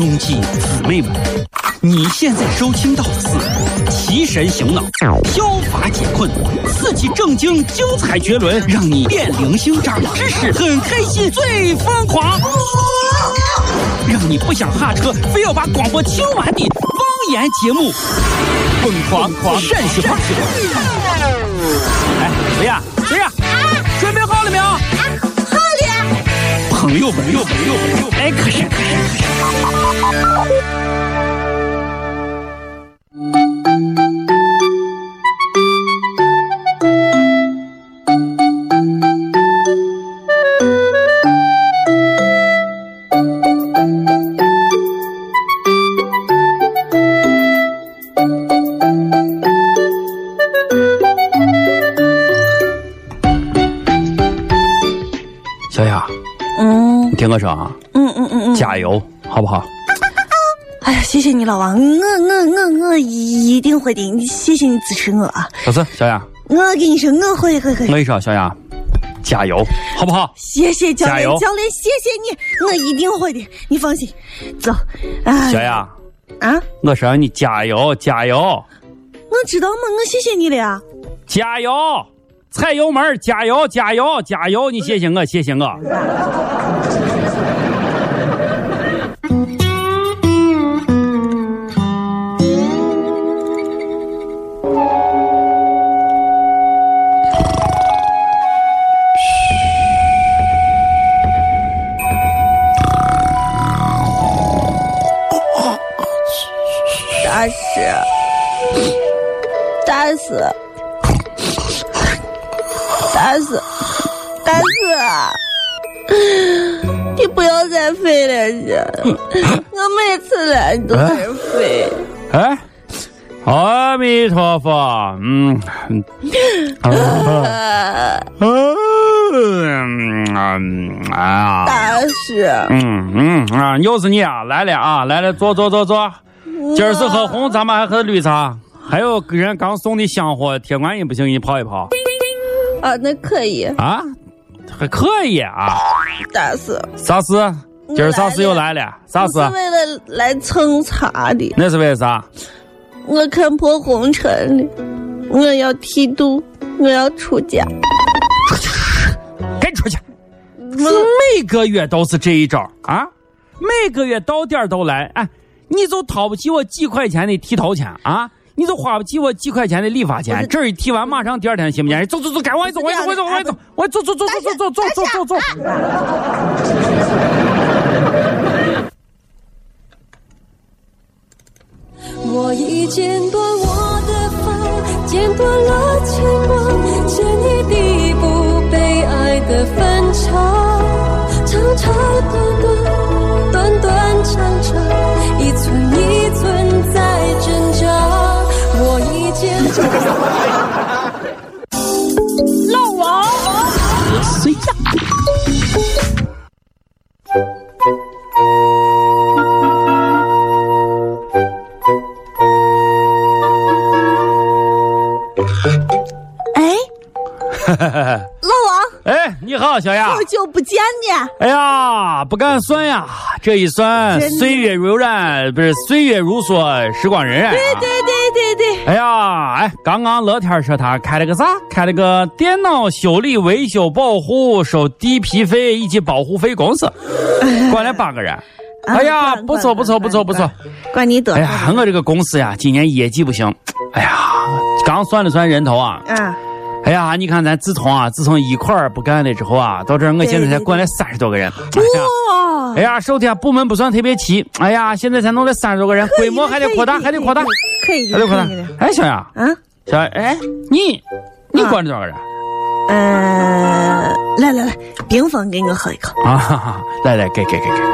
兄弟姊妹们，你现在收听到的是提神醒脑、消乏解困、刺激正经、精彩绝伦，让你变零星长知识、很开心、最疯狂，让你不想下车，非要把广播听完的方言节目，疯狂陕西话。哎，谁呀？准备好了没有？ 好了。 朋友们，哎，可是。小雅，你听我说啊，加油，好不好？ 哎呀，谢谢你老王，我一定会的，谢谢你支持我啊！ 不是小雅， 我跟你说，我会。我跟你说，小雅，加油，好不好？ 谢谢教练，谢谢你，我一定会的，你放心。走， 小雅啊， 我说你加油。我知道吗？我谢谢你了呀。 加油！踩油门，加油！你谢谢我。 大四，你不要再飞了，我每次来都在飞。 哎，阿弥陀佛， 大师， 又是你啊！来了，坐。今儿是喝红，咱们还喝绿茶，还有人刚送的香火，铁观音不行，给你泡一泡。 啊，那可以啊，还可以啊。 大师， 啥事？今儿啥事又来了？啥事？ 是为了来蹭茶的。 那是为啥？ 我看破红尘了，我要剃度，我要出家。 赶紧出去！每个月都是这一招啊！每个月到点都来，哎，你就掏不起我几块钱的剃头钱啊！你就花不起我几块钱的理发钱，这一剃完马上第二天信不见人，走，赶快走，我走，走。 我已剪断我的发，剪断了牵挂，牵一地不被爱的分岔，长短长，一寸在挣扎。我已剪老王谁呀？ 老王， 哎，你好，小雅， 好久不见呢。 哎呀，不敢算呀，这一算，岁月如梭，时光荏苒。对。哎呀，刚刚乐天说他开了个啥？开了个电脑修理、维修、保护、收地皮费以及保护费公司，管了8个人。哎呀，不错。 管你多。 哎呀，我这个公司呀，今年业绩不行。哎呀，刚算了算人头啊。哎呀，你看咱自从一块儿不干了之后啊，到这儿我现在才管了30多个人。 哇！ 哎呀，首先部门不算特别齐，哎呀，现在才弄了30多个人，规模还得扩大， 可以扩大。哎，小雅，小雅，哎，你管了多少个人？ 来，冰峰给我喝一口啊！来，给。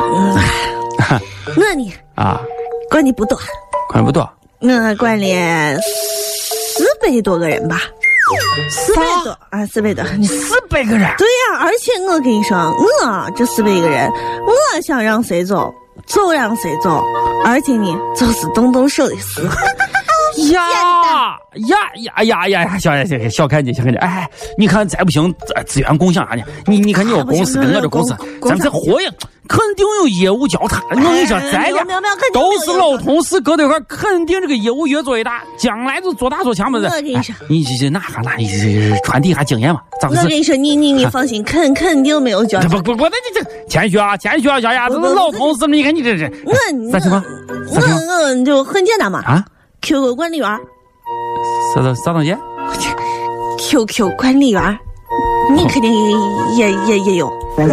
我呢啊， 管你不多， 我管了400多个人吧。400多啊，400多 ，400个人。 对呀，而且我跟你说，我这400个人，我想让谁走就让谁走，而且呢，就是动手的事，一小看你，哎，你看再不行，资源共享啥呢？你看你有公司跟我这公司，咱们这活呀，肯定有业务交叉。我跟你说，咱俩都是老同事，搁这块肯定这个业务越做越大，将来就做大做强嘛。 我跟你说， 你那传递一下经验嘛。 我跟你说，你放心，肯定没有交叉。 不，这谦虚啊，小丫，这是老同事，你看你这是啥情况？ 我就很简单嘛。 啊 ，QQ 管理员。 啥东西 ？QQ 管理员，你肯定也有。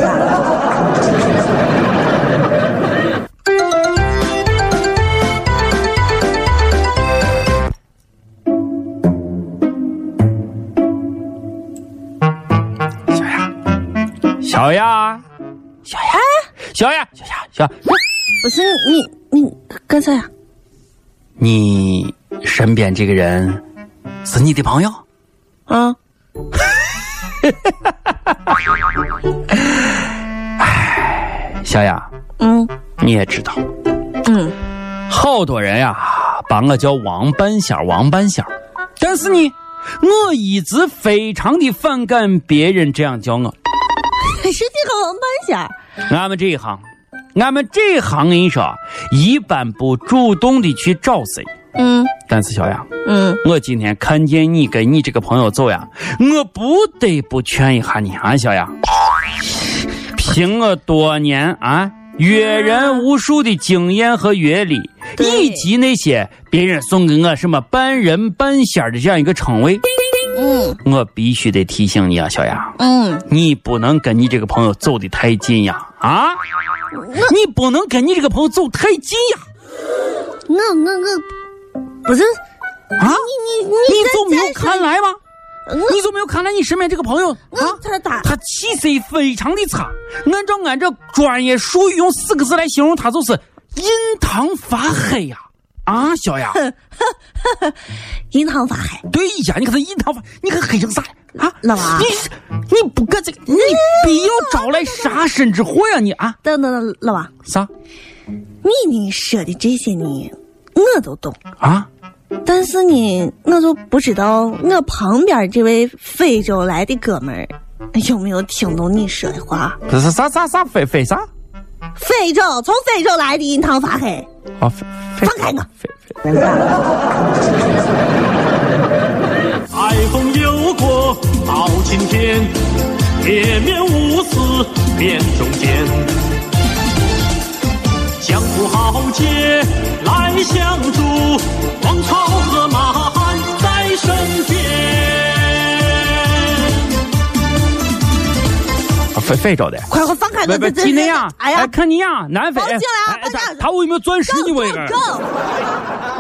小丫， 不是你干啥呀？ 你身边这个人是你的朋友？ 啊？ 哎，小丫，你也知道，好多人呀，把我叫王半仙，但是呢，我一直非常的反感别人这样叫我。 是这个王半仙。 俺们这一行跟你说，一般不主动的去找谁。但是小杨，我今天看见你跟你这个朋友走呀，我不得不劝一下你啊，小杨。凭我多年啊阅人无数的经验和阅历，以及那些别人送给我什么半人半仙的这样一个称谓，我必须得提醒你啊，小杨，你不能跟你这个朋友走得太近呀，啊，你不能跟你这个朋友走太近呀。 我不是啊，你就没有看来吗？你就没有看来你身边这个朋友啊？他气色非常的差，按照专业术语用4个字来形容他，就是印堂发黑呀！啊，小杨， 印堂发黑。 对呀，你看他印堂发，你看黑成啥啊？ 老王， 你不干这个，你必要招来杀身之祸呀！你啊， 等，老王， 啥？ 你说的这些呢，我都懂啊。 但是呢，我就不知道我旁边这位非洲来的哥们儿有没有听懂你说的话。 这是啥非啥？ 从非洲来的印堂发黑。 啊， 放开我！ 海风游过到今天，铁面无私面中间，江湖豪杰来相助，王朝和马汉在身边。 非洲的， 快放开我！ 几内亚， 哎呀， 肯尼亚，南非， 放进来啊！ 他有没有钻石？你问一个。